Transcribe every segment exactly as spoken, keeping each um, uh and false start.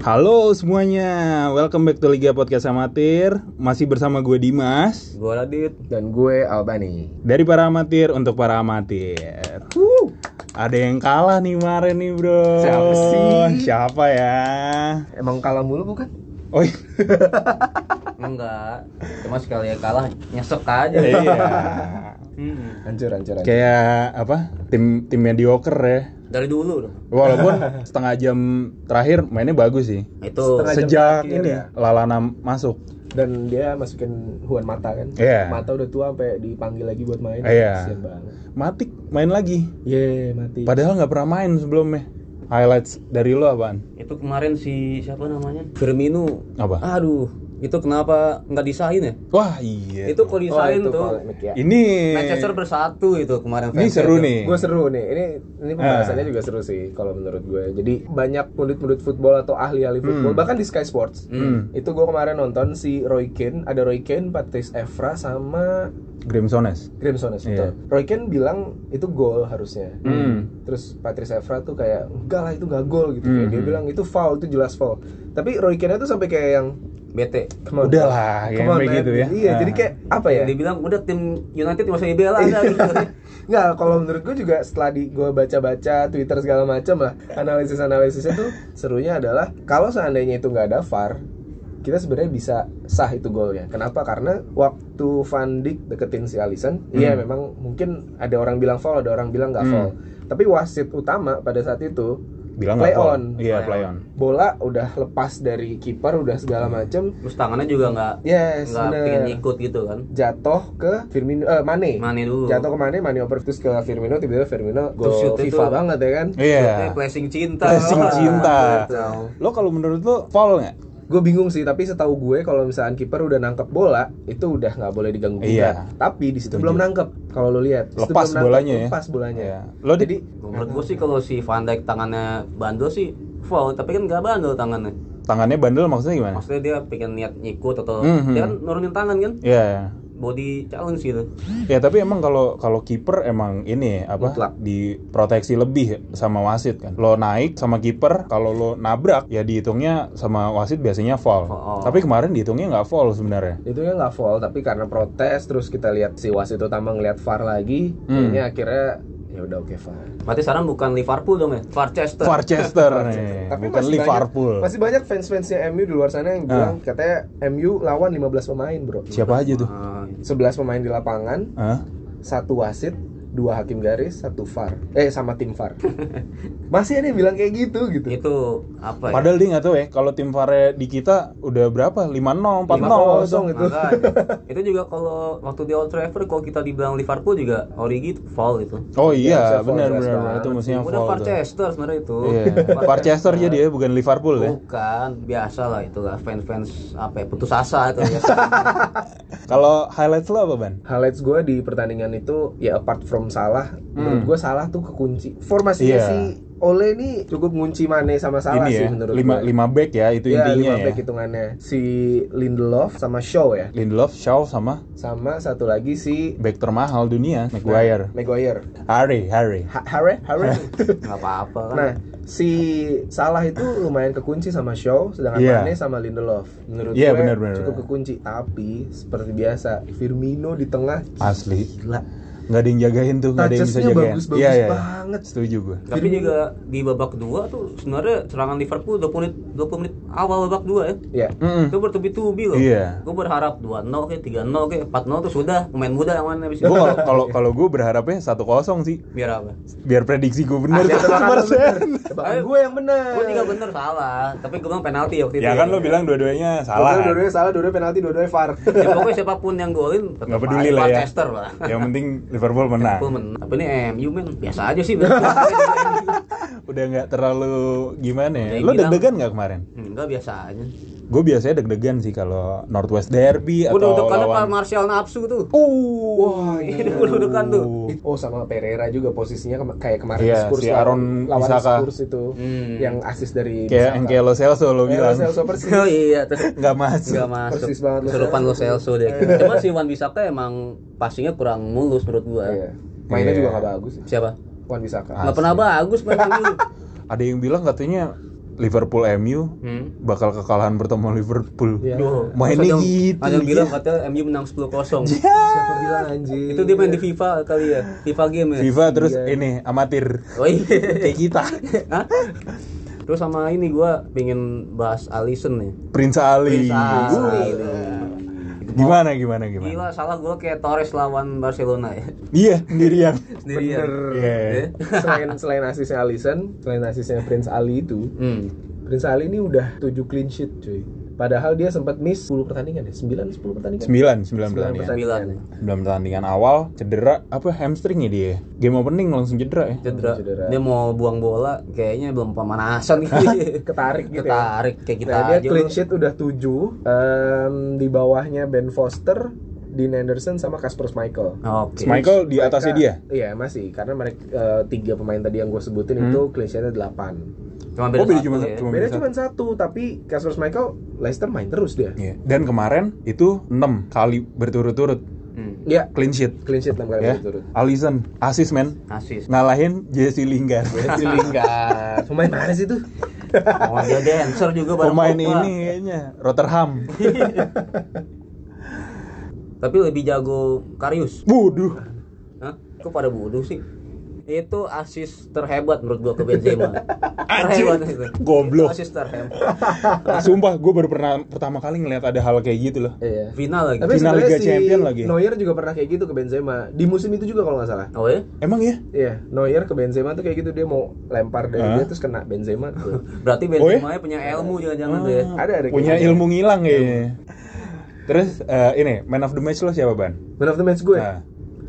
Halo semuanya, welcome back to Liga Podcast Amatir. Masih bersama gue Dimas, gue Radit, dan gue Albani. Dari para amatir untuk para amatir. Wuh. Ada yang kalah nih kemarin nih bro. Siapa sih? Siapa ya? Emang kalah mulu bukan? Oh iya. Enggak, cuma sekali kalah nyesek aja. Iya. hmm. Hancur, hancur, hancur. Kayak apa? Tim tim mediocre ya. Dari dulu dong. Walaupun setengah jam terakhir mainnya bagus sih. Itu Setengah jam Sejak terakhir ini ya. Lalana masuk. Dan dia masukin Juan Mata kan. Iya. Mata udah tua sampai dipanggil lagi buat main. Iya. Kasian banget. Matic main lagi. Ye, mati. Padahal nggak pernah main sebelumnya. Highlights dari lo apaan? itu kemarin si siapa namanya? Firmino. Apa? Aduh, itu kenapa nggak disahin ya? Wah iya. Itu kalau disahin itu tuh polemik ya. Ini Manchester bersatu itu kemarin. Ini fans seru itu. nih. Gue seru nih. Ini ini pembahasannya Ah. juga seru sih kalau menurut gue. Jadi banyak pundit-pundit football atau ahli-ahli football Hmm. bahkan di Sky Sports. Hmm. Itu gue kemarin nonton si Roy Keane, ada Roy Keane, Patrice Evra sama Grimsones. Grimsones Iya. betul. Roy Keane bilang itu gol harusnya. Hmm. Terus Patrice Evra tuh kayak enggak lah itu nggak gol gitu. Hmm. Kayak dia bilang itu foul, itu jelas foul. Tapi Roy Keane tuh sampai kayak yang Bete. come on, Udah lah, come yang on, kayak man. gitu ya. Iya, Ah. jadi kayak apa ya? Dia bilang udah tim United masih dibela ada gitu. Nggak, kalau menurut gue juga setelah di gue baca-baca Twitter segala macam lah, analisis-analisisnya tuh serunya adalah kalau seandainya itu nggak ada V A R, kita sebenarnya bisa sah itu golnya. Kenapa? Karena waktu Van Dijk deketin si Alisson, iya Hmm. memang mungkin ada orang bilang foul, ada orang bilang nggak Hmm. foul. Tapi wasit utama pada saat itu Bilang play nggak foul. on. Iya, Play play on. on. Bola udah lepas dari kiper, udah segala macem. Terus tangannya juga nggak Yes, nggak bener. pengen ikut gitu kan. Jatuh ke Firmino, eh, Mane. Mane dulu. Jatuh ke Mane, Mane over terus ke Firmino, tiba-tiba Firmino Terus gol shoot itu- FIFA banget ya kan. Iya. Shootnya Flashing cinta. Flashing Wah, cinta. betul. Lo kalau menurut lo foul nggak? Gue bingung sih, tapi setahu gue kalau misalkan kiper udah nangkep bola itu udah nggak boleh diganggu gugat. Iya. Tapi di situ Setuju. belum nangkep. Kalau lo lihat, di situ Lepas belum nangkep, bolanya ya. Lepas bolanya. Iya. Lo di- Jadi Menurut gue sih kalau si Van Dijk tangannya bandel sih foul, tapi kan nggak bandel tangannya. Tangannya bandel maksudnya gimana? Maksudnya dia pengen niat nyikut atau Mhm. dia kan nurunin tangan kan, Iya. body challenge gitu. Ya tapi emang kalau kalau kiper emang ini apa Mutlak. diproteksi lebih sama wasit kan. Lo naik sama kiper, kalau lo nabrak ya dihitungnya sama wasit biasanya foul. Oh. Tapi kemarin dihitungnya nggak foul sebenarnya. itu ya nggak foul, tapi karena protes terus kita lihat si wasit utama ngeliat V A R lagi, Hmm. ini akhirnya ya udah oke V A R. Berarti sekarang bukan Liverpool dong ya, Manchester. Manchester nih, Tapi bukan masih Liverpool. Banyak, masih banyak fans-fansnya M U di luar sana yang bilang katanya M U lawan lima belas pemain, bro. Siapa aja tuh? Ah, sebelas pemain di lapangan, Hah? satu wasit, dua hakim garis, satu V A R. Eh sama tim V A R. Masih ada yang bilang kayak gitu gitu. itu apa ya? Padahal dia nggak tahu ya kalau tim V A R di kita udah berapa? lima nol, empat lima nol kosong itu. Makanya. Itu juga kalau waktu di Old Trafford kalau kita dibilang Liverpool juga Origi itu foul itu. Oh Ya, iya, bisa foul benar jelas benar banget itu sih. mestinya Udah foul tuh. Manchester sebenarnya itu. Iya. Manchester jadi ya, bukan Liverpool ya. Bukan, biasa lah itu lah fans-fans apa ya, putus asa itu ya. Kalau highlights lo apa, Ban? Highlights gue di pertandingan itu ya apart from Salah, menurut gue Salah tuh kekunci. Formasinya Iya. si Ole ini cukup ngunci Mane sama Salah Ini sih ya, menurut lima, gue. lima back ya, itu Ya, intinya lima ya. back hitungannya. Si Lindelof sama Shaw ya. Lindelof, Shaw sama Sama satu lagi si back termahal dunia, Maguire. Maguire. Harry, Harry. Ha- Harry, Harry. Enggak apa-apa kan. Nah, si Salah itu lumayan kekunci sama Shaw, sedangkan Iya. Mane sama Lindelof. Menurut Iya, gue benar, benar, cukup benar. kekunci. Tapi seperti biasa, Firmino di tengah Asli. gila. Nggak ada yang jagain tuh, nggak ada yang bisa Touches-nya jagain. bagus-bagus Iya, iya. banget. Setuju gue. Tapi juga di babak kedua tuh sebenarnya serangan Liverpool dua puluh menit dua puluh menit awal babak dua ya. Ya. Mm-mm. Itu bertubi-tubi loh. Iya. Gue berharap dua nol kayak tiga nol kayak empat nol tuh sudah pemain muda yang mana habis Gue itu. kalau kalau kalau gue berharapnya satu kosong sih, Biar apa? biar prediksi gue bener. Ada tebakan lu bener. seratus Tebakan Ayo. gue yang bener. Gue juga bener salah, tapi gue bilang penalti waktu itu. Ya kan lo bilang dua-duanya Salah. salah. kan? Dua-duanya salah, dua-duanya penalti, dua-duanya V A R. Ya pokoknya siapapun yang golin tetap Nggak peduli aja lah ya. Manchester lah. Yang penting Liverpool menang. Liverpool menang. Tapi ini M U men biasa aja sih. Udah nggak terlalu gimana ya. Udah Lo bilang- deg-degan nggak kemarin? Enggak biasa aja. Gue biasanya deg-degan sih kalau Northwest Derby atau Udah udah kan Pak lawan. Martial nafsu tuh. Uh, Wah, Ini udah udah kan tuh. Oh, sama Pereira juga posisinya kema- kayak kemarin Iya, di Spurs si lawan- Aaron lawan Bisaka. Spurs itu Hmm. yang asis dari Kayak Bisaka. Angelo Celso lo Eh, bilang. Celso persis. Oh iya tuh. Nggak masuk. Enggak masuk. Persis banget Lo Serupan Lo Celso. Celso deh. Cuma si Wan Bisaka emang passingnya kurang mulus menurut gua. Iya. Mainnya Iya. juga nggak bagus. Siapa? Wan Bisaka. Nggak pernah bagus main M U. Ada yang bilang katanya Liverpool M U Hmm. bakal kekalahan pertemuan Liverpool. Iya. Duh, Mainnya ada yang- gitu, Ada yang bilang iya. katanya M U menang sepuluh kosong. Siapa bilang anjing? Itu dia main di FIFA kali ya. FIFA game ya. FIFA terus Iya. ini amatir Oh iya. kayak kita. Hah? Terus sama ini gua pengen bahas Alisson nih. Prince Ali. Prince Ali. Uh. Gimana gimana gimana? Gila, salah gua kayak Torres lawan Barcelona ya. Iya, sendirian. Sendirian. Bener. Iya. Ya. Selain selain asisnya Alisson, selain asisnya Prince Ali itu, Hmm. Prince Ali ini udah tujuh clean sheet, cuy. Padahal dia sempat miss sepuluh pertandingan ya, sembilan sepuluh pertandingan. Sembilan, sembilan Sembilan pertandingan. pertandingan. Sembilan pertandingan awal cedera apa hamstring ya dia. Game opening langsung cedera ya. Cedera. Cedera. Dia mau buang bola, kayaknya belum pemanasan gitu. Ketarik gitu ya. Ketarik kayak kita Nah, dia aja. clean lu. sheet udah tujuh, em, di bawahnya Ben Foster, Dean Anderson sama Kasper Schmeichel. Oke. Michael di atasnya dia. Iya masih, karena mereka eh, tiga pemain tadi yang gue sebutin Hmm. itu clean sheetnya delapan. Cuma Oh, beda satu cuma- ya. cuma- Beda bisa. cuma satu, tapi Kasper Schmeichel Leicester main terus dia. Iya. Dan kemarin itu enam kali berturut-turut Hmm. Iya, clean sheet. clean sheet enam kali Ya. berturut. Alisson assist men. Asis. Ngalahin Jesse Lingard. Jesse Lingard. Pemain mana sih itu? Oh, dia dancer juga bareng Pemain Pogba. ini kayaknya Rotterdam. Tapi lebih jago Karius. Waduh. Hah? Kok pada bodoh sih? Itu asis terhebat menurut gua ke Benzema. Terhebat itu. Goblok. Itu asis terhebat. Sumpah gue baru pernah pertama kali ngeliat ada hal kayak gitu loh. Iya. Final lagi. Tapi Final sebenarnya Liga si Champion lagi. Neuer juga pernah kayak gitu ke Benzema. Di musim itu juga kalau nggak salah. Oh ya? Emang ya? Iya, Neuer ke Benzema tuh kayak gitu, dia mau lempar dari Hah? dia terus kena Benzema tuh. Berarti Oh, ya? Benzema punya ilmu jangan-jangan tuh ya. Ada ada Punya kayak gitu. ilmu ngilang kayaknya. Terus eh, ini man of the match lo siapa Ban? Man of the match gue. Nah,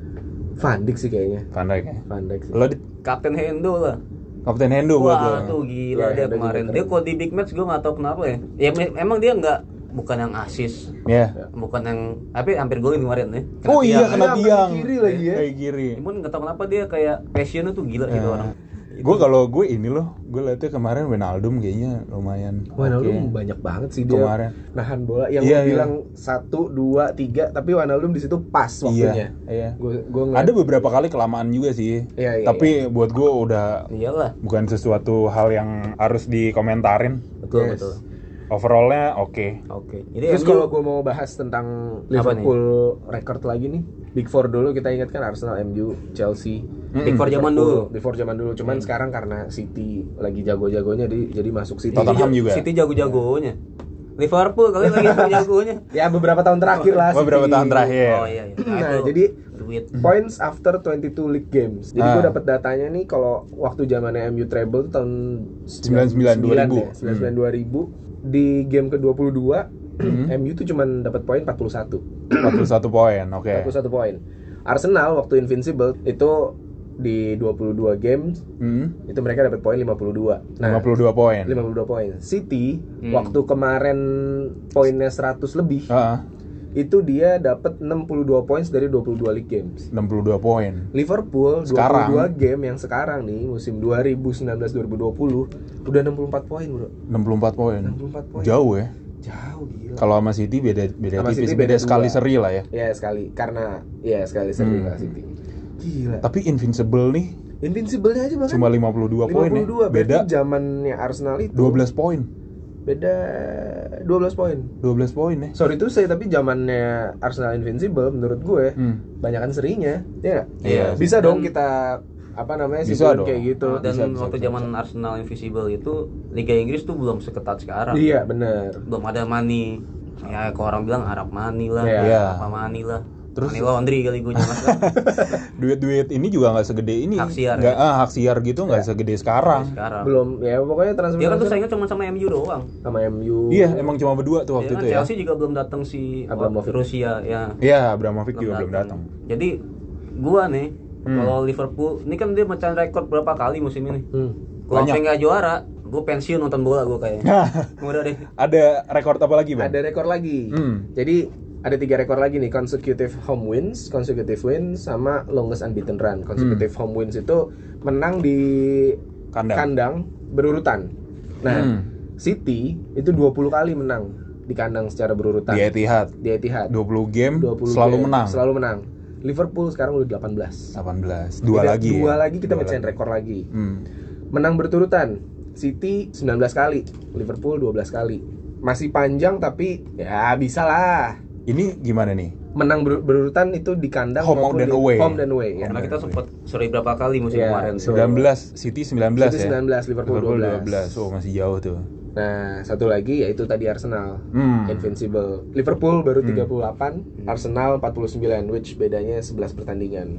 Van Dijk sih kayaknya. Van Dijk ya. Van Dijk sih. Lo di Kapten Hendo lah. Kapten Hendo buat lo. Wah, tuh gila Ya, dia Hendo kemarin. juga Dia keren. kok di big match gue nggak tahu kenapa ya. Ya me- emang dia nggak bukan yang asis, Ya. bukan yang tapi hampir golin kemarin ya. Kena Oh iya tiang. kena Iya, tiang. kena kiri lagi ya. Kayak kiri. Cuman nggak tahu kenapa dia kayak passionnya tuh gila gitu orang. Gue kalau gue ini loh, gue liatnya kemarin Wijnaldum kayaknya lumayan. Wijnaldum oke. banyak banget sih dia Kemarin. nahan bola. Yang Iya, lu iya. bilang satu, dua, tiga, tapi Wijnaldum di situ pas waktunya. Iya, iya. Gue gue ngeliat- Ada beberapa kali kelamaan juga sih. Iya, iya, Tapi buat gue udah Iyalah, bukan sesuatu hal yang harus dikomentarin. betul Yes. betul. Overallnya oke. Oke. Jadi Terus M U kalau gue mau bahas tentang Liverpool record lagi nih, Big Four dulu kita ingat kan Arsenal, M U, Chelsea, Big Four zaman Liverpool. dulu. Big Four zaman dulu. Cuman sekarang karena City lagi jago-jagonya di, jadi masuk City. Tottenham City- juga. City jago-jagonya. Liverpool kali lagi jago-jagonya. Ya beberapa tahun terakhir lah. Beberapa City. tahun terakhir. Oh iya iya. Nah, itu jadi duit. points after twenty-two league games. Jadi Ah. gue dapat datanya nih kalau waktu zamannya M U treble tuh tahun sembilan puluh sembilan dua ribu. ya, sembilan puluh sembilan dua ribu di game ke dua puluh dua Hmm. M U tuh cuman dapat poin empat puluh satu. empat puluh satu poin, oke. empat puluh satu poin. Arsenal waktu Invincible itu di dua puluh dua games Hmm. itu mereka dapat poin lima puluh dua. lima puluh dua poin. lima puluh dua poin. City Hmm. waktu kemarin poinnya seratus lebih, Heeh. itu dia dapat enam puluh dua poin dari dua puluh dua league games. enam puluh dua poin. Liverpool Sekarang. dua puluh dua game yang sekarang nih musim dua ribu sembilan belas dua ribu dua puluh udah enam puluh empat poin, Bro. enam puluh empat poin. enam puluh empat poin. Jauh ya. Jauh gila. Kalau sama City beda beda Sama tipis, City beda, beda sekali dua. seri lah ya. Ya sekali karena ya sekali seri Hmm. lah City. Gila. Tapi Invincible nih Invincible-nya aja bahkan cuma lima puluh dua poin ya. lima puluh dua, Beda berarti zamannya Arsenal itu dua belas poin. beda dua belas poin. dua belas poin ya. Sorry tuh saya, tapi zamannya Arsenal Invincible menurut gue Hmm. banyakan serinya, ya nggak? Iya. Bisa Dan- dong kita apa namanya Bisa simpulin dong. kayak gitu. Dan Bisa, bisa, waktu bisa, zaman Arsenal Invisible itu Liga Inggris tuh belum seketat sekarang. Iya bener. Belum ada money. Ya kalau orang bilang Arab money lah, Iya. apa money lah. Terus- Money laundry kali gue jelaskan. Duit-duit ini juga nggak segede ini. Hak siar, Nggak, ya? ah, hak siar gitu nggak segede sekarang. Sekarang. Belum ya pokoknya transfer Dia kan tuh transfer saingnya cuma sama M U doang. sama M U. Iya, emang cuma berdua tuh waktu Ya kan, itu ya. Chelsea juga belum datang si Abramovich. Rusia ya. Iya, Abramovich juga belum datang. Jadi gua nih Hmm. kalau Liverpool ini kan dia mecahin rekor berapa kali musim ini. Hmm. Kalau Banyak. sampai nggak juara, gua pensiun nonton bola gua kayaknya. Udah deh. Ada rekor apa lagi, Bang? Ada rekor lagi. Hmm. Jadi ada tiga rekor lagi nih, consecutive home wins, consecutive wins, sama longest unbeaten run. Consecutive home wins itu menang di Kandang. berurutan. Nah, Hmm. City itu dua puluh kali menang di kandang secara berurutan. Di Etihad. Di Etihad. dua puluh game dua puluh selalu game, menang. Selalu menang. Liverpool sekarang udah delapan belas. delapan belas. Dua Beda- lagi. Dua ya? lagi kita Dua mecahin lagi. rekor lagi. Hmm. Menang berturutan. City sembilan belas kali, Liverpool dua belas kali. Masih panjang tapi ya bisa lah. Ini gimana nih? Menang ber- berurutan itu di kandang Home maupun dan di away. home dan away ya. Karena kita sempat seri berapa kali musim Iya, kemarin. so- sembilan belas, City sembilan belas City ya. sembilan belas, Liverpool dua belas. dua belas. Oh, masih jauh tuh. Nah, satu lagi yaitu tadi Arsenal. Hmm. Invincible. Liverpool baru tiga puluh delapan, Arsenal empat puluh sembilan, which bedanya sebelas pertandingan.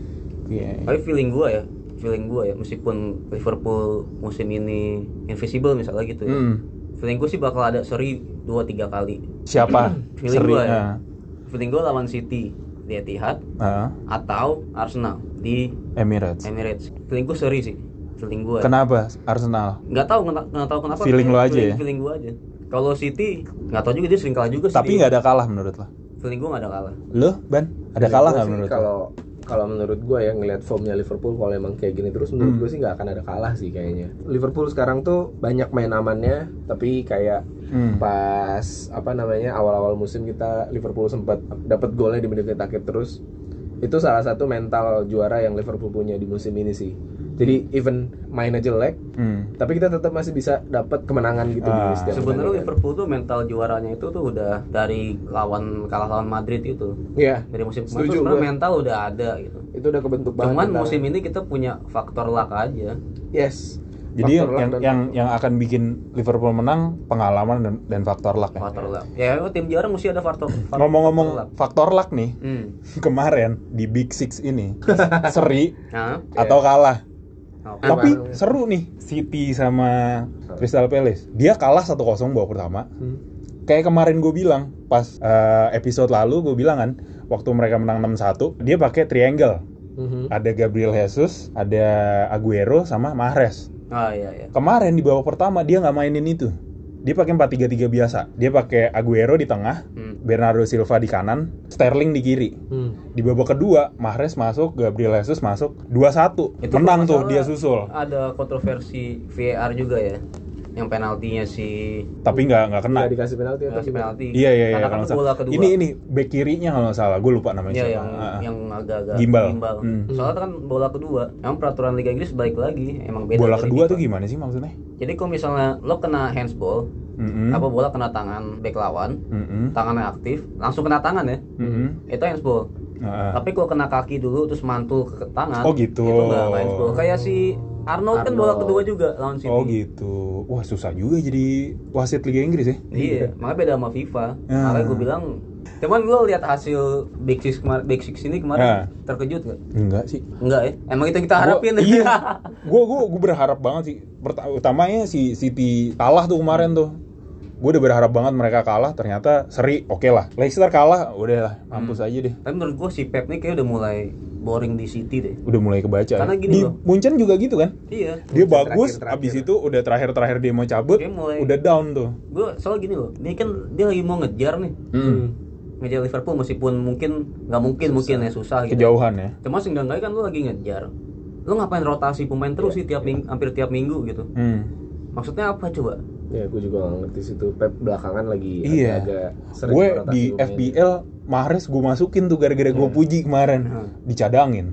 Iya. Tapi feeling gue ya, feeling gue ya, meskipun Liverpool musim ini invisible misalnya gitu ya, Hmm. feeling gue sih bakal ada seri dua tiga kali. Siapa? Feeling Seri. gue ya, Nah. feeling gue lawan City di Etihad Ah, atau Arsenal di Emirates. Emirates. Feeling gue seri sih, feeling gue. Kenapa Arsenal? Nggak tahu, nggak nggak tahu kenapa. Feeling lo aja feeling, ya? Feeling gue aja. Kalau City nggak tahu juga, dia sering kalah juga sih. Tapi dia. nggak ada kalah menurut lo? Feeling gue nggak ada kalah. Lo, Ban? Ada Feeling kalah gua nggak sih menurut lo? Kalau kalau menurut gue ya ngelihat formnya Liverpool kalau emang kayak gini terus menurut Hmm. gue sih nggak akan ada kalah sih kayaknya. Liverpool sekarang tuh banyak main amannya tapi kayak Hmm. pas apa namanya awal-awal musim kita Liverpool sempat dapat golnya di menit akhir terus. Itu salah satu mental juara yang Liverpool punya di musim ini sih. Jadi even mainnya jelek, Hmm. tapi kita tetap masih bisa dapat kemenangan gitu Ah. di setiap Sebenarnya pertandingan. Liverpool tuh mental juaranya itu tuh udah dari lawan kalah lawan Madrid itu. Iya. Dari musim kemarin Setuju tuh sebenarnya gua. mental udah ada gitu. Itu udah kebentuk banget. Cuman mental. musim ini kita punya faktor luck aja. Yes. Jadi yang Faktor luck yang, dan- yang yang akan bikin Liverpool menang pengalaman dan, dan faktor luck ya. Faktor luck. Ya tim juara mesti ada faktor. faktor Ngomong-ngomong faktor luck. faktor luck nih, Hmm. kemarin di Big Six ini seri Nah, atau kalah. oke. Tapi Emang. seru nih City sama Crystal Palace. Dia kalah satu kosong babak pertama. Hmm. Kayak kemarin gue bilang pas eh, episode lalu gue bilang kan waktu mereka menang enam satu, dia pakai triangle. Mhm. Ada Gabriel Jesus, ada Aguero sama Mahrez. Ah iya iya. Kemarin di babak pertama dia nggak mainin itu. Dia pakai empat tiga tiga biasa. Dia pakai Aguero di tengah, Hmm. Bernardo Silva di kanan, Sterling di kiri. Hmm. Di babak kedua, Mahrez masuk, Gabriel Jesus masuk, dua satu. Itu Menang tuh kalau dia nggak salah susul. Ada kontroversi V A R juga ya. Yang penaltinya si Tapi nggak nggak kena. Nggak dikasih penalti atau kasih gimana? penalti. Iya iya iya. Karena kalau kan nggak salah. bola kedua. Ini ini back kirinya kalau nggak salah. Gue lupa namanya Iya siapa. yang Ah. yang agak-agak Gimbal. Hmm. Soalnya kan bola kedua. Emang peraturan Liga Inggris balik lagi. Emang beda. Bola dari kedua FIFA. tuh gimana sih maksudnya? Jadi kalau misalnya lo kena handsball, Mm-mm. apa bola kena tangan back lawan, Mm-mm. tangannya aktif, langsung kena tangan ya. Mm-mm. Itu handsball. Ah. Tapi kalau kena kaki dulu terus mantul ke tangan, Oh, gitu. itu nggak nggak handsball. Kayak si Arnold, kan bola Arnold. kedua juga lawan City. Oh gitu. Wah susah juga jadi wasit Liga Inggris ya. Iya, makanya beda sama FIFA. Ah. Makanya gue bilang, cuman gue lihat hasil Big Six kemarin, Big Six ini kemarin Ah. terkejut nggak? Enggak sih. Enggak ya? Emang itu kita harapin. Gua, iya. Gue gue gue berharap banget sih. Perta- utamanya si City kalah tuh kemarin tuh. Gue udah berharap banget mereka kalah, ternyata seri, oke lah. Leicester kalah, udah lah, mampus aja deh. Tapi menurut gue si Pep nih kayak udah mulai boring di City deh. Udah mulai kebaca. Karena ya. gini Di loh. Munchen juga gitu kan. Iya. Dia Munchen bagus, terakhir-terakhir. abis itu udah terakhir-terakhir dia mau cabut, Dia mulai- udah down tuh. Gue soal gini loh, ini kan dia lagi mau ngejar nih, Hmm. ngejar Liverpool meskipun mungkin nggak mungkin mungkin ya susah gitu. Kejauhan ya. Cuma seenggaknya kan lu lagi ngejar. Lu ngapain rotasi pemain terus sih tiap ming- hampir tiap minggu gitu. Hmm. Maksudnya apa coba? Ya gue juga nggak ngerti situ. Pep belakangan lagi Iya. agak sering Gue rotasi di pemain. F B L Mahrez gue masukin tuh gara-gara gue puji kemarin, Hmm. dicadangin.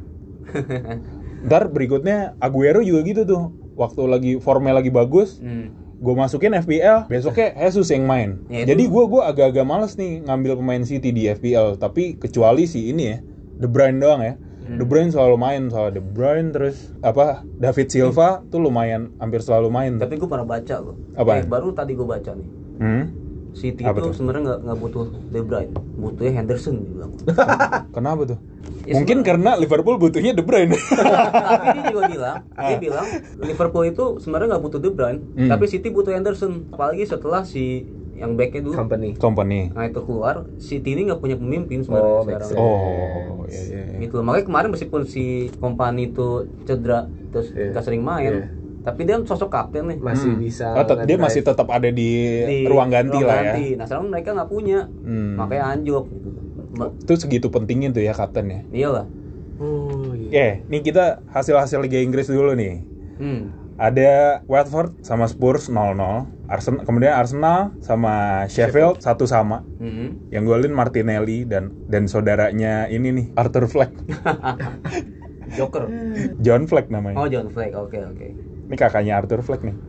Ntar berikutnya Aguero juga gitu tuh. Waktu lagi formnya lagi bagus, Hmm. gue masukin F B L, besoknya Jesus yang main. Ya, itu- Jadi gue gue agak-agak males nih ngambil pemain City di F B L, tapi kecuali si ini ya, De Bruyne doang ya. Hmm. De Bruyne selalu main, soal De Bruyne terus apa David Silva tuh lumayan hampir selalu main. Tapi gue pernah baca loh. Apaan? Eh, baru tadi gue baca nih. Hmm? City Apa itu tuh? sebenarnya nggak nggak butuh De Bruyne, butuhnya Henderson dibilang. Kenapa tuh? Ya, Mungkin sebenarnya- karena Liverpool butuhnya De Bruyne. Tapi dia juga bilang, Ah. dia bilang Liverpool itu sebenarnya nggak butuh De Bruyne, Hmm. tapi City butuh Henderson. Apalagi setelah si yang backnya dulu, Company. Company. nah itu keluar, City ini nggak punya pemimpin sebenarnya Oh, sekarang. make sense. Oh, iya iya. iya. Gitu loh. Makanya kemarin meskipun si Company itu cedera terus Iya. nggak sering main, Iya. tapi dia sosok kapten nih. Masih Hmm. bisa. Oh, tet- dia ngedrive. masih tetap ada di, Di ruang ganti ruang lah ganti. ya. Nah sekarang mereka nggak punya, Hmm. makanya anjlok gitu. Ma- Itu segitu pentingnya tuh ya kapten ya. Iyalah. Oh iya. Oke, nih kita hasil-hasil Liga Inggris dulu nih. Hmm. Ada Watford sama Spurs nol nol, Arsenal, kemudian Arsenal sama Sheffield satu sama. Hmm. Yang golin Martinelli dan dan saudaranya ini nih, Arthur Fleck. Joker. John Fleck namanya. Oh John Fleck, oke oke. Ini kakaknya Arthur Fleck nih.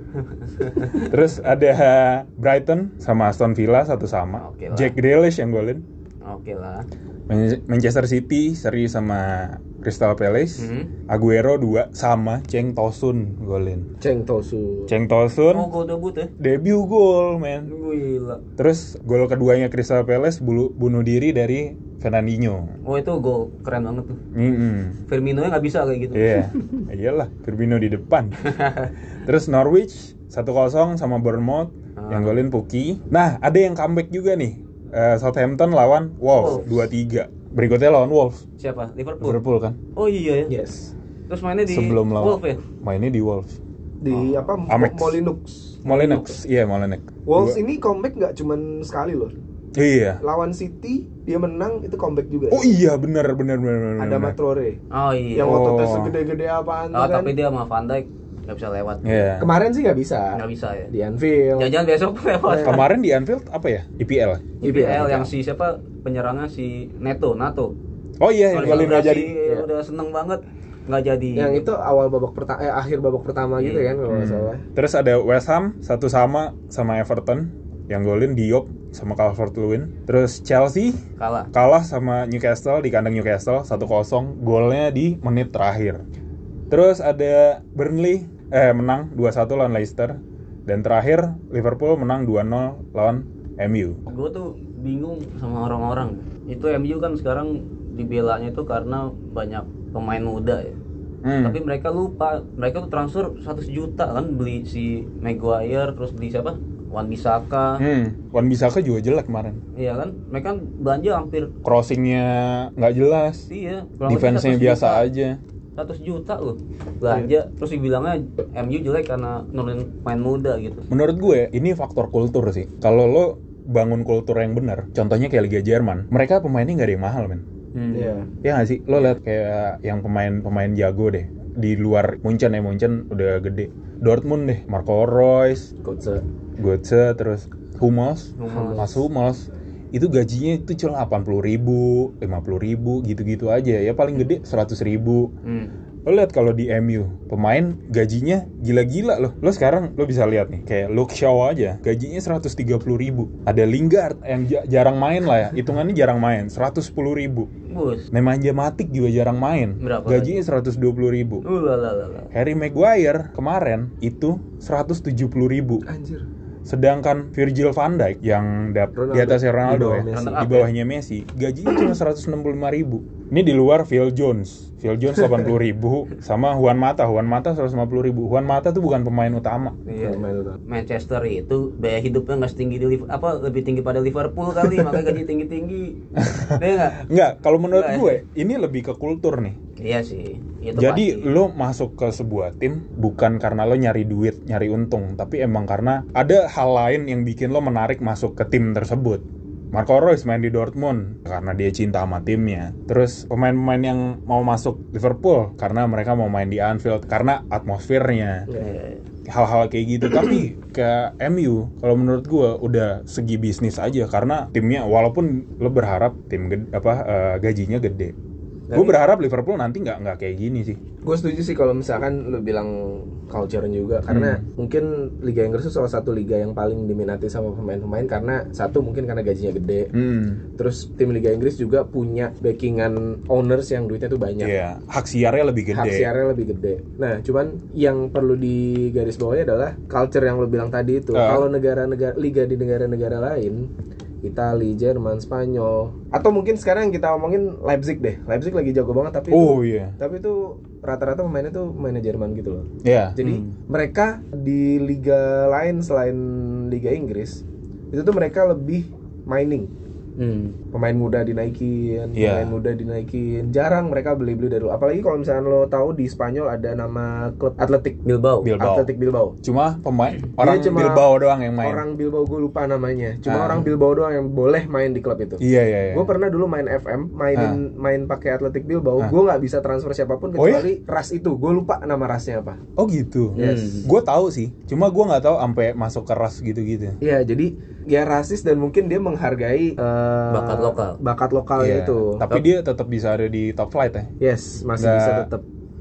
Terus ada Brighton sama Aston Villa satu sama. Oke lah. Jack Grealish yang golin. Oke lah. Man- Manchester City seri sama Crystal Palace. Mhm. Aguero dua sama Cenk Tosun golin. Ceng Tosu. Cenk Tosun Oh, gol debut ya? debut gol, men. Gila. Terus gol keduanya Crystal Palace bulu, bunuh diri dari Fernandinho. Oh, itu gol keren banget tuh. Mm-mm. Firmino-nya nggak bisa kayak gitu. Iya, iyalah Firmino di depan. Terus Norwich satu kosong sama Bournemouth Ah. yang golin Puki. Nah, ada yang comeback juga nih. Eh, Southampton lawan Wolves Wolves. dua tiga. Berikutnya lawan Wolves. Siapa? Liverpool. Liverpool kan. Oh iya ya. Yes. Terus mainnya di Sebelum lawan Wolves ya? mainnya di Wolves. Di apa? Amex. Molinux. Molineux, iya Molineux. Wolves Dua- ini comeback nggak cuman sekali loh. Iya. Lawan City dia menang itu comeback juga. Oh iya, benar benar benar benar. Ada benar. Matrore. Oh iya. Yang Oh. ototnya segede-gede apaan tuh Oh, kan. tapi dia sama Van Dijk nggak bisa lewat. Iya. Kemarin sih nggak bisa. Nggak bisa ya. Di Anfield. Jangan besok lewat. Iya. Kemarin di Anfield apa ya? I P L. I P L yang si siapa penyerangnya si Neto, Nato. Oh iya, yang golin nggak jadi. Selebrasi, udah seneng banget nggak jadi. Yang itu awal babak pertama eh akhir babak pertama gitu Iya. kan kalau nggak salah. Terus ada West Ham satu sama sama Everton yang golin Diop sama Calvert-Lewin. Terus Chelsea Kalah. kalah sama Newcastle di kandang Newcastle satu kosong, golnya di menit terakhir. Terus ada Burnley eh menang dua satu lawan Leicester, dan terakhir Liverpool menang dua nol lawan M U. Gue tuh bingung sama orang-orang. Itu M U kan sekarang dibelanya itu karena banyak pemain muda ya. Hmm. Tapi mereka lupa, mereka tuh transfer seratus juta kan beli si Maguire, terus beli siapa? Wan Bissaka. Hmm, Wan Bissaka juga jelek kemarin. Iya kan? Mereka kan belanja hampir Crossingnya nggak jelas, iya, kurang lebih defense-nya seratus biasa juta. aja. seratus juta loh belanja, terus dibilangnya M U jelek karena nurunin pemain muda gitu. Menurut gue ini faktor kultur sih. Kalau lo bangun kultur yang benar, contohnya kayak Liga Jerman, mereka pemainnya nggak ada yang mahal, men. Hmm. Iya. Ya nggak sih? Lo lihat kayak yang pemain-pemain jago deh di luar Munchen ya, Munchen udah gede. Dortmund deh, Marco Reus, Coach. Götze, terus Hummels, Hummels. Mas Hummels. Itu gajinya itu cuma delapan puluh ribu, lima puluh ribu, gitu-gitu aja. Ya paling gede seratus ribu. Hmm. Lo lihat kalau di M U, pemain gajinya gila-gila loh. Lo sekarang lo bisa lihat nih, kayak Luke Shaw aja, gajinya seratus tiga puluh ribu. Ada Lingard yang ja- jarang main lah ya, hitungannya jarang main, seratus sepuluh ribu. Bus. Nemanja Matic juga jarang main, Berapa gajinya seratus dua puluh ribu. Uh, lah, lah, lah, lah. Harry Maguire kemarin itu seratus tujuh puluh ribu. Anjir. Sedangkan Virgil van Dijk yang dap- Ronaldo. di atasnya Ronaldo Di bawah ya, Messi. di bawahnya Messi, gajinya cuma seratus enam puluh lima ribu. Ini di luar Phil Jones. Phil Jones delapan puluh ribu sama Juan Mata. Juan Mata seratus lima puluh ribu. Juan Mata tuh bukan pemain utama. Iya. Pemain utama. Manchester itu biaya hidupnya nggak setinggi di Liv- apa lebih tinggi pada Liverpool kali, makanya gaji tinggi-tinggi. Iya nggak? Enggak, kalau menurut Enggak, gue ini lebih ke kultur nih. Iya sih. Itu Jadi pasti. lo masuk ke sebuah tim bukan karena lo nyari duit, nyari untung, tapi emang karena ada hal lain yang bikin lo menarik masuk ke tim tersebut. Marco Reus main di Dortmund karena dia cinta sama timnya. Terus pemain-pemain yang mau masuk Liverpool karena mereka mau main di Anfield karena atmosfernya. Iya. Hal-hal kayak gitu. Tapi ke M U kalau menurut gue udah segi bisnis aja, karena timnya walaupun lo berharap tim gede, apa eh, gajinya gede. Gue Tapi- berharap Liverpool nanti nggak nggak kayak gini sih. Gue setuju sih kalau misalkan lu bilang culture juga, karena Hmm. mungkin Liga Inggris itu salah satu liga yang paling diminati sama pemain-pemain karena satu mungkin karena gajinya gede. Hmm. Terus tim Liga Inggris juga punya backingan owners yang duitnya tuh banyak. Iya, hak siarnya lebih gede. Hak siarnya lebih gede. Nah, cuman yang perlu digarisbawahi adalah culture yang lo bilang tadi itu. Uh. Kalau negara-negara liga di negara-negara lain, Itali, Jerman, Spanyol, atau mungkin sekarang yang kita omongin Leipzig deh. Leipzig lagi jago banget tapi Oh itu, iya. tapi itu rata-rata pemainnya tuh pemainnya Jerman gitu loh. Iya. Jadi Hmm. mereka di liga lain selain Liga Inggris itu tuh mereka lebih mining. Hmm. Pemain muda dinaikin, Iya. pemain muda dinaikin. Jarang mereka beli-beli dari luar. Apalagi kalau misalnya lo tahu di Spanyol ada nama klub Atletik Bilbao. Bilbao. Atletik Bilbao. Cuma pemain orang cuma Bilbao doang yang main. Orang Bilbao gue lupa namanya. Cuma Ah. orang Bilbao doang yang boleh main di klub itu. Iya iya iya. Gue pernah dulu main F M, mainin main pakai Atletik Bilbao. Ah. Gue nggak bisa transfer siapapun Oh ya? kecuali ras itu. Gue lupa nama rasnya apa. Oh gitu. Yes. Gue tahu sih. Cuma gue nggak tahu sampai masuk ke ras gitu-gitu. Iya, jadi dia rasis dan mungkin dia menghargai eh, Bakat lokal. Bakat lokalnya Iya. itu. Tapi dia tetap bisa ada di top flight ya. Yes, masih Nggak- bisa tetap.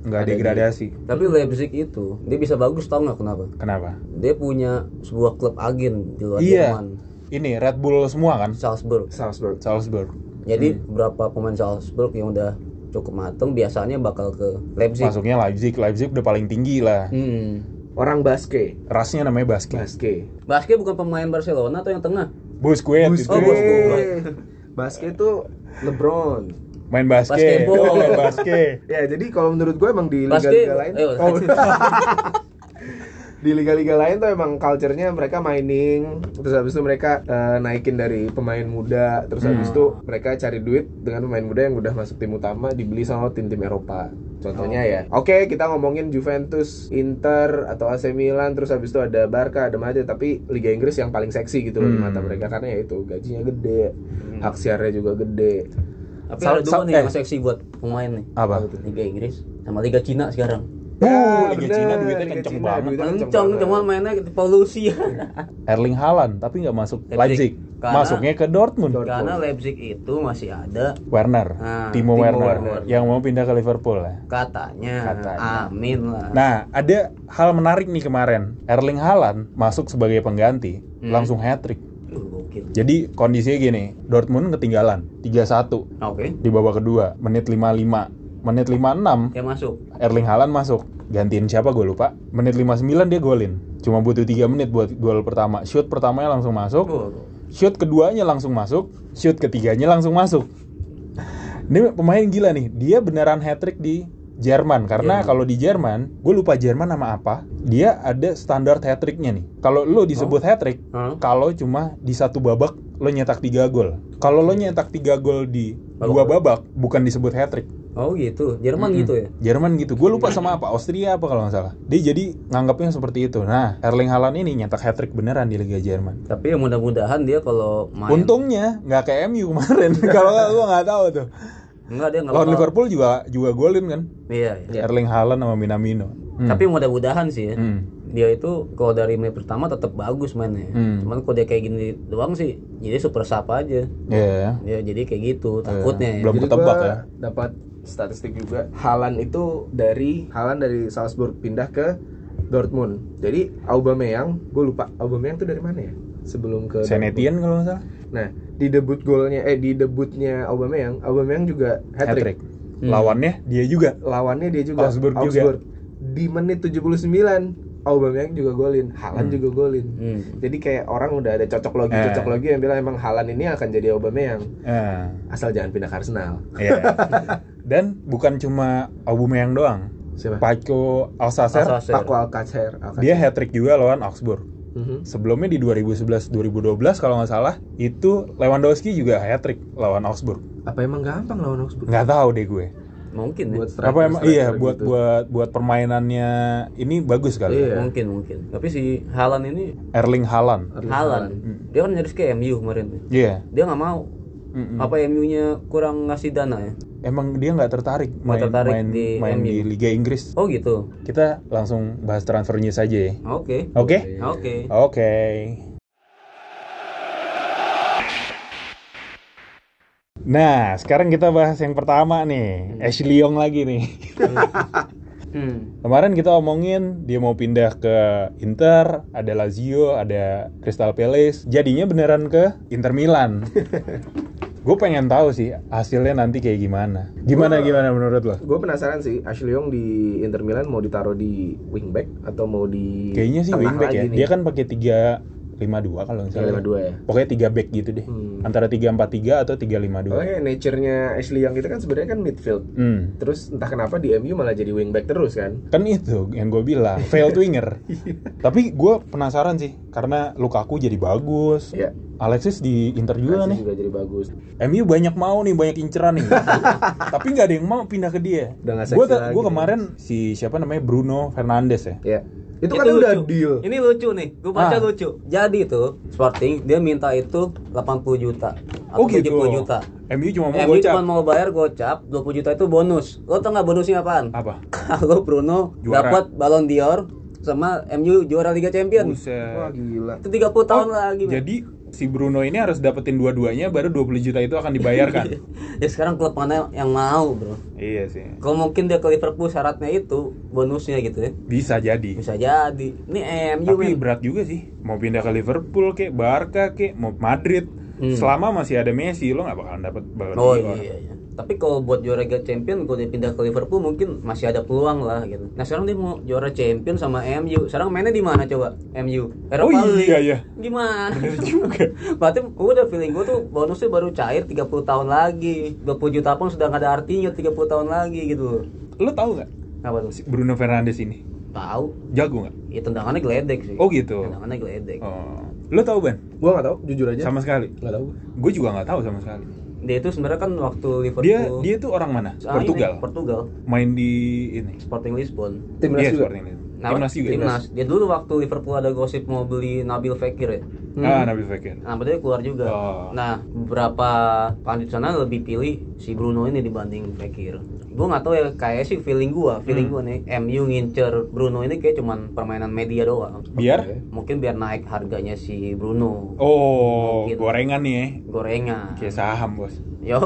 nggak Ada degradasi. Tapi Leipzig itu dia bisa bagus, tau nggak kenapa? Kenapa? Dia punya sebuah klub agen di luar Iya. Jerman, Ini Red Bull semua kan? Salzburg. Salzburg. Salzburg. Jadi beberapa pemain Salzburg yang udah cukup mateng biasanya bakal ke Leipzig. Masuknya Leipzig. Leipzig udah paling tinggi lah. Hmm. Orang Baske. Rasnya namanya Basket. Baske. Basket bukan pemain Barcelona atau yang tengah? Busquets. Buske. Oh, Busquets. Baske itu LeBron. Main basket. Basketball. Oh, main basket. Ya, jadi kalau menurut gue emang di Basket. liga-liga lain Ayo. oh, di liga-liga lain tuh emang culture-nya mereka mining, terus habis itu mereka eh, naikin dari pemain muda, terus habis Hmm. itu mereka cari duit dengan pemain muda yang udah masuk tim utama dibeli sama tim-tim Eropa. Contohnya ya. Oke, kita ngomongin Juventus, Inter atau A C Milan, terus habis itu ada Barca, ada Madrid, tapi Liga Inggris yang paling seksi gitu loh di Hmm. mata mereka karena ya itu gajinya gede, hak siarnya juga gede. Tapi Sal- ada dua sal- nih eh. yang seksi buat pemain nih. Apa? Liga Inggris sama Liga Cina sekarang. Uh, Liga bener, Cina duitnya Liga kenceng Cina, banget. duitnya Kencang, banget. cuma mainnya polusi. Erling Haaland tapi nggak masuk Leipzig. Leipzig. Karena- Masuknya ke Dortmund. Dortmund. Karena Leipzig itu masih ada Werner, Ah, Timo, Timo Werner, Werner. yang mau pindah ke Liverpool ya. katanya. Katanya. Amin lah. Nah, ada hal menarik nih kemarin. Erling Haaland masuk sebagai pengganti, Hmm. langsung hat-trick. Uh, gokil. Jadi kondisinya gini, Dortmund ketinggalan tiga satu Oke. di babak kedua, menit lima puluh lima. Menit lima puluh enam, Ya masuk. Erling Haaland masuk. Gantiin siapa gue lupa. Menit lima puluh sembilan dia golin. Cuma butuh tiga menit buat gol pertama. Shoot pertamanya langsung masuk. Oh, Shoot keduanya langsung masuk. Shoot ketiganya langsung masuk. Ini pemain gila nih. Dia beneran hat-trick di Jerman. Karena Jerman. kalau di Jerman, gue lupa Jerman nama apa. Dia ada standar hat-tricknya nih. Kalau lo disebut hat-trick, Hah? kalau cuma di satu babak lo nyetak tiga gol. Kalau lo nyetak tiga gol di Babak dua kedua. babak, bukan disebut hat-trick. Oh gitu. Jerman Mm-mm. gitu ya. Jerman gitu. Gue lupa sama apa. Austria apa kalau nggak salah. Dia jadi nganggapnya seperti itu. Nah, Erling Haaland ini nyetak hat-trick beneran di Liga Jerman. Tapi ya mudah-mudahan dia kalau main. Untungnya nggak kayak M U kemarin. Kalau nggak gue nggak tahu tuh. Enggak, dia nggak Lawan bakal- Liverpool juga juga golin kan. Iya, iya. Erling Haaland sama Minamino. Hmm. Tapi mudah-mudahan sih ya. Hmm. Dia itu kalau dari menit pertama tetap bagus mainnya. Hmm. Cuman kalau dia kayak gini doang sih, jadi super sub aja. Iya. Ya jadi kayak gitu takutnya ya. Belum Jadi ketebak gua ya. dapat statistik juga. Haaland itu dari Haaland dari Salzburg pindah ke Dortmund. Jadi Aubameyang, gue lupa Aubameyang itu dari mana ya? Sebelum ke Saint Dortmund. Etienne kalau nggak salah. Nah, di debut golnya eh di debutnya Aubameyang, Aubameyang juga hat-trick. Hat-trick. Lawannya dia juga. Lawannya dia juga Augsburg juga. Di menit tujuh puluh sembilan Aubameyang juga golin, Haaland Hmm. juga golin. Hmm. Jadi kayak orang udah ada cocok logi, Eh. cocok logi yang bilang emang Haaland ini akan jadi Aubameyang. Eh, Asal jangan pindah ke Arsenal. iya. Dan bukan cuma Aubameyang doang. Siapa? Paco Alcacer, Alcacer. Paco Alcacer. Alcacer. dia hat-trick juga lawan Augsburg. Mhm. Sebelumnya di dua ribu sebelas dua ribu dua belas kalau nggak salah, itu Lewandowski juga hat-trick lawan Augsburg. Apa emang gampang lawan Augsburg? Nggak tahu deh gue. Mungkin ya. Buat striker, Apa emang striker iya buat gitu. buat buat permainannya ini bagus kali. Iya. Mungkin mungkin. Tapi si Haaland ini Erling Haaland. Erling Haaland. Hmm. Dia kan nyaris ke M U kemarin. Iya. Dia nggak mau. Mm-mm. Apa M U-nya kurang ngasih dana ya? Emang dia nggak tertarik main tertarik main, di main M U. di Liga Inggris. Oh gitu. Kita langsung bahas transfer news aja ya. Oke. Oke? Oke. Oke. Nah, sekarang kita bahas yang pertama nih. Ashley Young lagi nih. Hmm. Kemarin kita omongin dia mau pindah ke Inter, ada Lazio, ada Crystal Palace. Jadinya beneran ke Inter Milan. Gue pengen tahu sih hasilnya nanti kayak gimana. Gimana Gua- gimana menurut lo? Gue penasaran sih, Ashley Young di Inter Milan mau ditaruh di wingback atau mau di Kayaknya sih tengah wingback lagi ya. nih? Dia kan pakai tiga lima dua kalau nggak tiga salah. lima dua ya. Pokoknya tiga back gitu deh. Hmm. Antara tiga empat tiga atau tiga lima Oh dua. ya, nature-nya Ashley Young itu kan sebenarnya kan midfield. Hmm. Terus entah kenapa di M U malah jadi wingback terus kan. Kan itu yang gue bilang, failed winger. Tapi gue penasaran sih, karena Lukaku jadi bagus. Iya. Alexis di Inter juga Masih nih. juga jadi bagus. M U banyak mau nih, banyak inceran nih. Tapi nggak ada yang mau pindah ke dia. Udah nggak Gue seksi lagi gue nih. kemarin si siapa namanya Bruno Fernandes ya. Ya. Itu kan udah lucu. deal. Ini lucu nih, gue baca Ah. lucu. Jadi tuh Sporting dia minta itu delapan puluh juta Oh atau gitu. tujuh puluh juta. M U cuma mau M U gocap. cuma mau bayar gocap, dua puluh juta itu bonus. Lo tau nggak bonusnya apaan? Apa? Kalau Bruno Juara. dapat Ballon d'Or sama M U juara Liga Champions. Wah Buset. gila. Itu tiga puluh tahun Oh, lagi. men. Jadi si Bruno ini harus dapetin dua-duanya baru dua puluh juta itu akan dibayarkan. Ya sekarang klub mana yang mau, bro? Iya sih. Kalau mungkin dia ke Liverpool syaratnya itu bonusnya gitu ya. Bisa jadi. Bisa jadi. Ini M U Tapi men. berat juga sih. Mau pindah ke Liverpool kek, Barca kek, mau Madrid. Hmm. Selama masih ada Messi, lo nggak bakalan dapet Ballon Oh d'Or. iya, iya. Tapi kalau buat juara Liga Champion, kalau dia pindah ke Liverpool mungkin masih ada peluang lah gitu. Nah sekarang dia mau juara Champion sama M U. Sekarang mainnya di mana coba? M U. Oh iya iya. Gimana? Bener juga. Berarti udah feeling gue tuh bonusnya baru cair tiga puluh tahun lagi. dua puluh juta pun sudah nggak ada artinya tiga puluh tahun lagi gitu. Lo tahu nggak Apa tuh? si Bruno Fernandes ini? Tahu. Jago nggak? Ya tendangannya geledek sih. Oh gitu. Tendangannya geledek. Oh. Lo tahu Ban? Gua nggak tahu, jujur aja. Sama sekali. Nggak tahu. Gue juga nggak tahu sama sekali. Dia itu sebenarnya kan waktu Liverpool. Dia dia tuh orang mana? Ah, Portugal. ini, Portugal. Main di ini. Sporting Lisbon. Timnas Iya, juga. Sporting Lisbon. Nah, Timnas juga. Timnas. Dia dulu waktu Liverpool ada gosip mau beli Nabil Fekir ya. Ah, Nabil Fekir. Nah, dia keluar juga. Oh. Nah, beberapa pandit sana lebih pilih si Bruno ini dibanding Fekir. Gue nggak tahu ya, kayak sih feeling gue, feeling Hmm. gue nih, M U ngincer Bruno ini kayak cuman permainan media doang. Biar? Oke. Mungkin biar naik harganya si Bruno. Oh, Mungkin. gorengan nih ya. Gorengan. Kayak saham, Bos. Yo.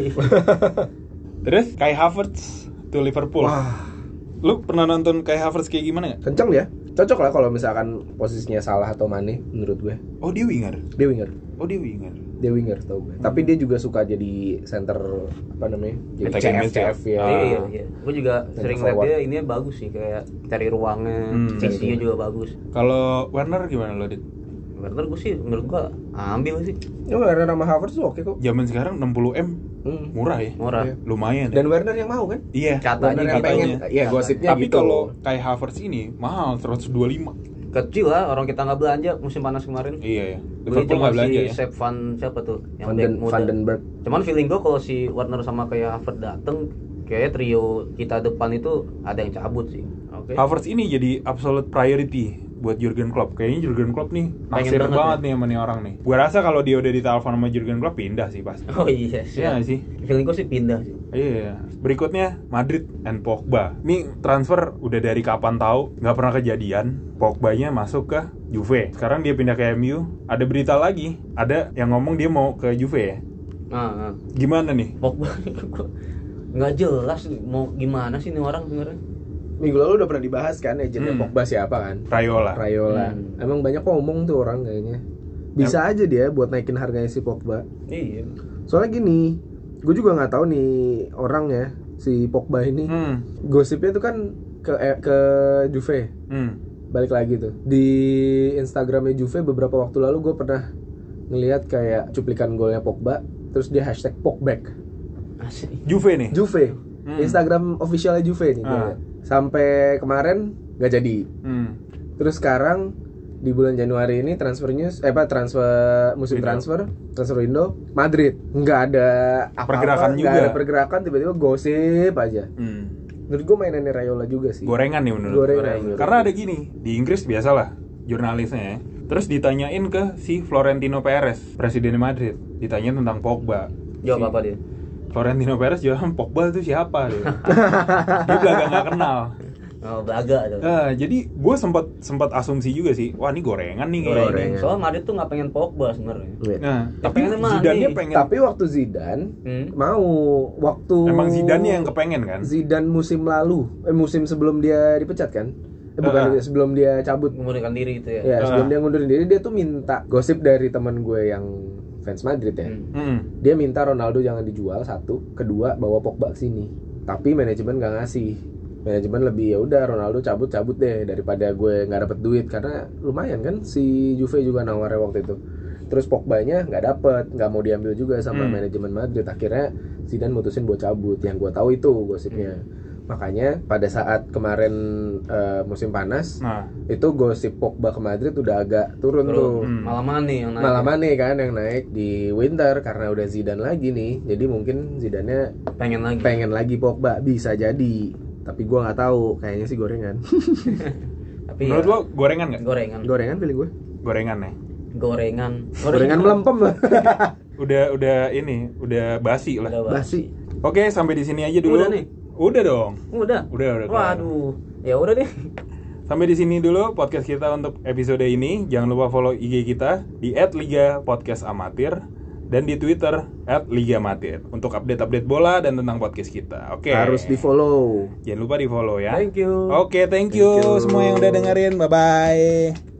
Terus Kai Havertz tuh Liverpool. Wah, Lu pernah nonton Kai Havertz kayak gimana nggak? kenceng dia. Cocok lah kalau misalkan posisinya Salah atau Mane menurut gue. Oh, dia winger. Dia winger. Oh, dia winger. Dia winger tau gue. Tapi dia juga suka jadi center apa namanya? Jadi Attacking C F C midfield. F ya. Ah. Iya, iya. Gue juga Dan sering lihat forward. dia ini bagus sih, kayak cari ruangnya, Hmm. visinya juga bagus. Kalau Werner gimana lo, Dit? Werner gue sih menurut gue ambil sih, Ya Werner sama Havertz tuh oke kok. Zaman sekarang enam puluh M Hmm. murah ya? murah. Iya. Lumayan. Dan Werner yang mau kan? Iya. Katanya Werner yang gitu. pengen. katanya. Iya, gosipnya Tapi gitu. kalau Kai Havertz ini mahal seratus dua puluh lima. Kecil lah, orang kita nggak belanja musim panas kemarin. Iya ya. Beli Liverpool cuma nggak belanja si ya. Sepp Van siapa tuh yang Van back den, muda. Van den Berg. Cuman feeling gue kalau si Werner sama kayak Havertz dateng, kayak trio kita depan itu ada yang cabut sih. Oke. Havertz ini jadi absolute priority buat Jurgen Klopp. Kayaknya Jurgen Klopp nih naksir banget banget, ya. nih sama nih orang nih. Gua rasa kalau dia udah ditelepon sama Jurgen Klopp pindah sih pasti. Oh iya sih. Iya nggak sih? Feeling gue sih pindah sih. Iya. Berikutnya Madrid and Pogba. Ini transfer udah dari kapan tahu, nggak pernah kejadian. Pogba-nya masuk ke Juve. Sekarang dia pindah ke M U. Ada berita lagi, ada yang ngomong dia mau ke Juve ya. Nah, nah. Gimana nih? Pogba nggak jelas mau gimana sih nih orang sebenarnya. Minggu lalu udah pernah dibahas kan agennya Hmm. Pogba siapa kan? Rayola. Rayola. Hmm. Emang banyak ngomong tuh orang kayaknya. Bisa aja dia buat naikin harganya si Pogba. Iya. Soalnya gini, gue juga nggak tahu nih orang ya si Pogba ini. Hmm. Gosipnya tuh kan ke eh, ke Juve. Hmm. Balik lagi tuh di Instagramnya Juve beberapa waktu lalu gue pernah ngelihat kayak cuplikan golnya Pogba, terus dia hashtag Pogback. Asli. Juve nih. Juve. Hmm. Instagram officialnya Juve nih. Ah. kayaknya. Sampai kemarin nggak jadi. Hmm. Terus sekarang di bulan Januari ini transfer news, eh apa transfer musim Window. transfer transfer window Madrid nggak ada apa-apa, Pergerakan nggak juga. ada pergerakan, tiba-tiba gosip aja. Hmm. Menurut gue mainannya Rayola juga sih. Gorengan nih menurut. Gorengan. Gorengan. Karena ada gini, di Inggris biasalah jurnalisnya ya. Terus ditanyain ke si Florentino Perez, presiden Madrid, ditanya tentang Pogba. Jawab Si apa dia? Florentino Perez jawab Pogba itu siapa dia. Dia belaga nggak kenal. Oh, belaga tuh. Nah, jadi gue sempat sempat asumsi juga sih, wah ini gorengan nih kayaknya. Gorengan. Soalnya Madrid tuh nggak pengen Pogba sebenarnya. Iya. Nah, tapi pengennya mana Zidane nih? pengen. Tapi waktu Zidane Hmm. mau waktu Emang Zidane yang kepengen kan? Zidane musim lalu, eh musim sebelum dia dipecat kan? Eh bukan Ah. sebelum dia cabut. Mengundurkan diri itu ya. Ya, Ah. sebelum dia ngundurin diri dia tuh minta, gosip dari teman gue yang fans Madrid ya. Hmm. Hmm. Dia minta Ronaldo jangan dijual satu, kedua bawa Pogba ke sini. Tapi manajemen nggak ngasih. Manajemen lebih ya udah Ronaldo cabut-cabut deh daripada gue nggak dapet duit, karena lumayan kan si Juve juga nawarnya waktu itu. Terus Pogba-nya nggak dapet, nggak mau diambil juga sama Hmm. manajemen Madrid. Akhirnya Zidane mutusin buat cabut. Yang gue tahu itu gosipnya. Makanya pada saat kemarin eh, musim panas, Nah, itu gosip Pogba ke Madrid udah agak turun Turun. tuh. Hmm. Malah mana yang naik? Malah Mane kan yang naik di winter karena udah Zidane lagi nih. Jadi mungkin Zidane pengen lagi. pengen lagi Pogba, bisa jadi. Tapi gua nggak tahu, kayaknya sih gorengan. Tapi menurut ya, lo gorengan nggak? gorengan. Gorengan pilih gue. Gorengan ya. Gorengan. Gorengan melempem lah. Udah udah ini, udah basi lah. Udah Basi. Oke, sampai di sini aja dulu. Udah nih? Udah dong. Udah. Udah, udah kelar. Waduh. Ya udah deh. Sampai di sini dulu podcast kita untuk episode ini. Jangan lupa follow I G kita di et liga podcast amatir dan di Twitter et liga amatir untuk update-update bola dan tentang podcast kita. Oke. Harus di-follow. Jangan lupa di-follow ya. Thank you. Oke, thank you, Thank you. semua yang udah dengerin. Bye bye.